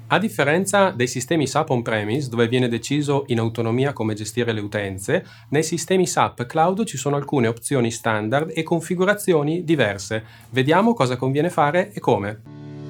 A differenza dei sistemi SAP on-premise, dove viene deciso in autonomia come gestire le utenze, nei sistemi SAP Cloud ci sono alcune opzioni standard e configurazioni diverse. Vediamo cosa conviene fare e come.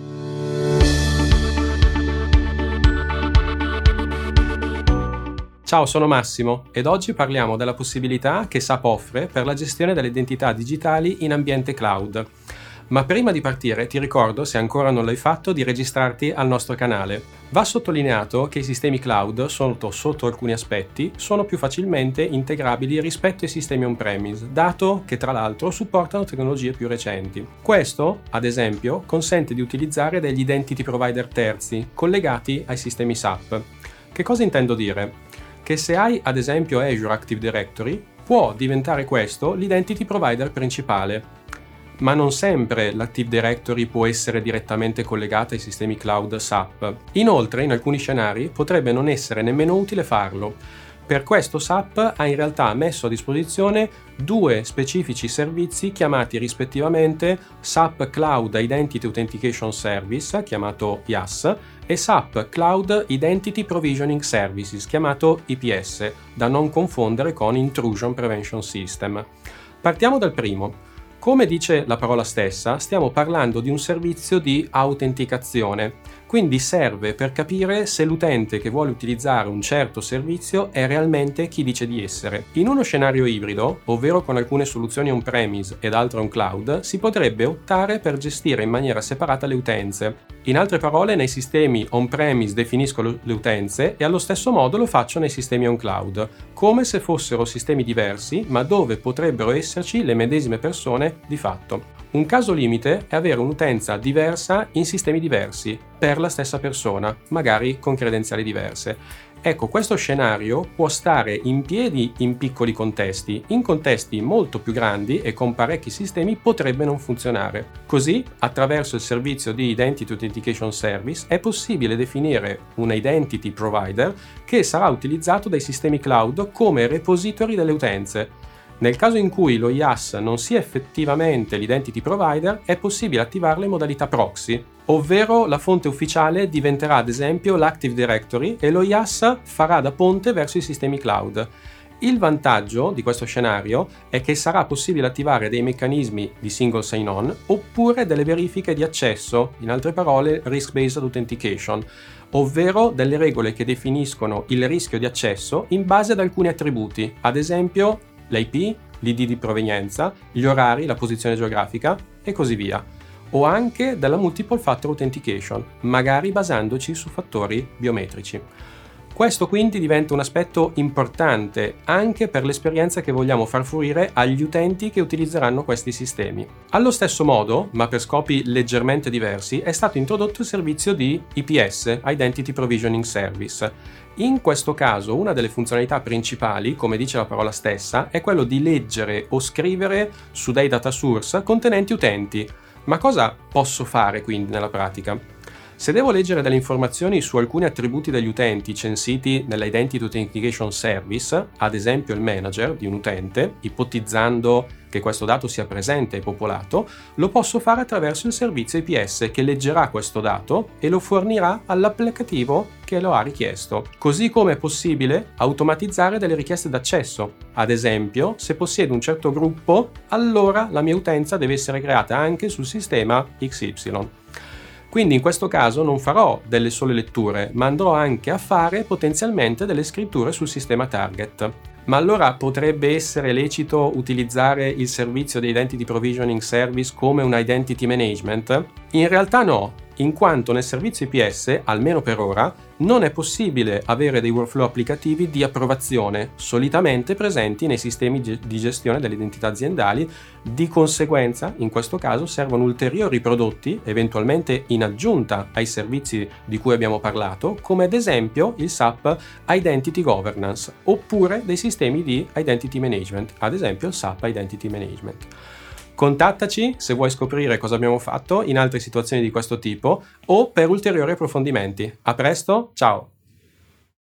Ciao, sono Massimo ed oggi parliamo della possibilità che SAP offre per la gestione delle identità digitali in ambiente cloud. Ma prima di partire ti ricordo, se ancora non l'hai fatto, di registrarti al nostro canale. Va sottolineato che i sistemi cloud, sotto alcuni aspetti, sono più facilmente integrabili rispetto ai sistemi on-premise, dato che tra l'altro supportano tecnologie più recenti. Questo, ad esempio, consente di utilizzare degli identity provider terzi collegati ai sistemi SAP. Che cosa intendo dire? Che se hai ad esempio Azure Active Directory, può diventare questo l'identity provider principale. Ma non sempre l'Active Directory può essere direttamente collegata ai sistemi cloud SAP. Inoltre, in alcuni scenari, potrebbe non essere nemmeno utile farlo. Per questo SAP ha in realtà messo a disposizione due specifici servizi chiamati rispettivamente SAP Cloud Identity Authentication Service, chiamato IaaS, e SAP Cloud Identity Provisioning Services, chiamato IPS, da non confondere con Intrusion Prevention System. Partiamo dal primo. Come dice la parola stessa, stiamo parlando di un servizio di autenticazione, quindi serve per capire se l'utente che vuole utilizzare un certo servizio è realmente chi dice di essere. In uno scenario ibrido, ovvero con alcune soluzioni on-premise ed altre on-cloud, si potrebbe optare per gestire in maniera separata le utenze. In altre parole, nei sistemi on-premise definisco le utenze e allo stesso modo lo faccio nei sistemi on-cloud, come se fossero sistemi diversi, ma dove potrebbero esserci le medesime persone di fatto. Un caso limite è avere un'utenza diversa in sistemi diversi per la stessa persona, magari con credenziali diverse. Ecco, questo scenario può stare in piedi in piccoli contesti, in contesti molto più grandi e con parecchi sistemi potrebbe non funzionare. Così, attraverso il servizio di Identity Authentication Service, è possibile definire un Identity Provider che sarà utilizzato dai sistemi cloud come repository delle utenze. Nel caso in cui lo IaaS non sia effettivamente l'identity provider, è possibile attivarlo in modalità proxy, ovvero la fonte ufficiale diventerà ad esempio l'Active Directory e lo IaaS farà da ponte verso i sistemi cloud. Il vantaggio di questo scenario è che sarà possibile attivare dei meccanismi di single sign-on oppure delle verifiche di accesso, in altre parole risk-based authentication, ovvero delle regole che definiscono il rischio di accesso in base ad alcuni attributi, ad esempio l'IP, l'ID di provenienza, gli orari, la posizione geografica e così via, o anche della multiple factor authentication, magari basandoci su fattori biometrici. Questo quindi diventa un aspetto importante anche per l'esperienza che vogliamo far fruire agli utenti che utilizzeranno questi sistemi. Allo stesso modo, ma per scopi leggermente diversi, è stato introdotto il servizio di IPS, Identity Provisioning Service. In questo caso, una delle funzionalità principali, come dice la parola stessa, è quello di leggere o scrivere su dei data source contenenti utenti. Ma cosa posso fare quindi nella pratica? Se devo leggere delle informazioni su alcuni attributi degli utenti censiti nell'Identity Authentication Service, ad esempio il manager di un utente, ipotizzando che questo dato sia presente e popolato, lo posso fare attraverso il servizio IPS che leggerà questo dato e lo fornirà all'applicativo che lo ha richiesto. Così come è possibile automatizzare delle richieste d'accesso. Ad esempio, se possiedo un certo gruppo, allora la mia utenza deve essere creata anche sul sistema XY. Quindi in questo caso non farò delle sole letture, ma andrò anche a fare potenzialmente delle scritture sul sistema target. Ma allora potrebbe essere lecito utilizzare il servizio di Identity Provisioning Service come un Identity Management? In realtà no, in quanto nel servizio IPS, almeno per ora, non è possibile avere dei workflow applicativi di approvazione, solitamente presenti nei sistemi di gestione delle identità aziendali. Di conseguenza, in questo caso, servono ulteriori prodotti, eventualmente in aggiunta ai servizi di cui abbiamo parlato, come ad esempio il SAP Identity Governance, oppure dei sistemi di Identity Management, ad esempio il SAP Identity Management. Contattaci se vuoi scoprire cosa abbiamo fatto in altre situazioni di questo tipo o per ulteriori approfondimenti. A presto, ciao!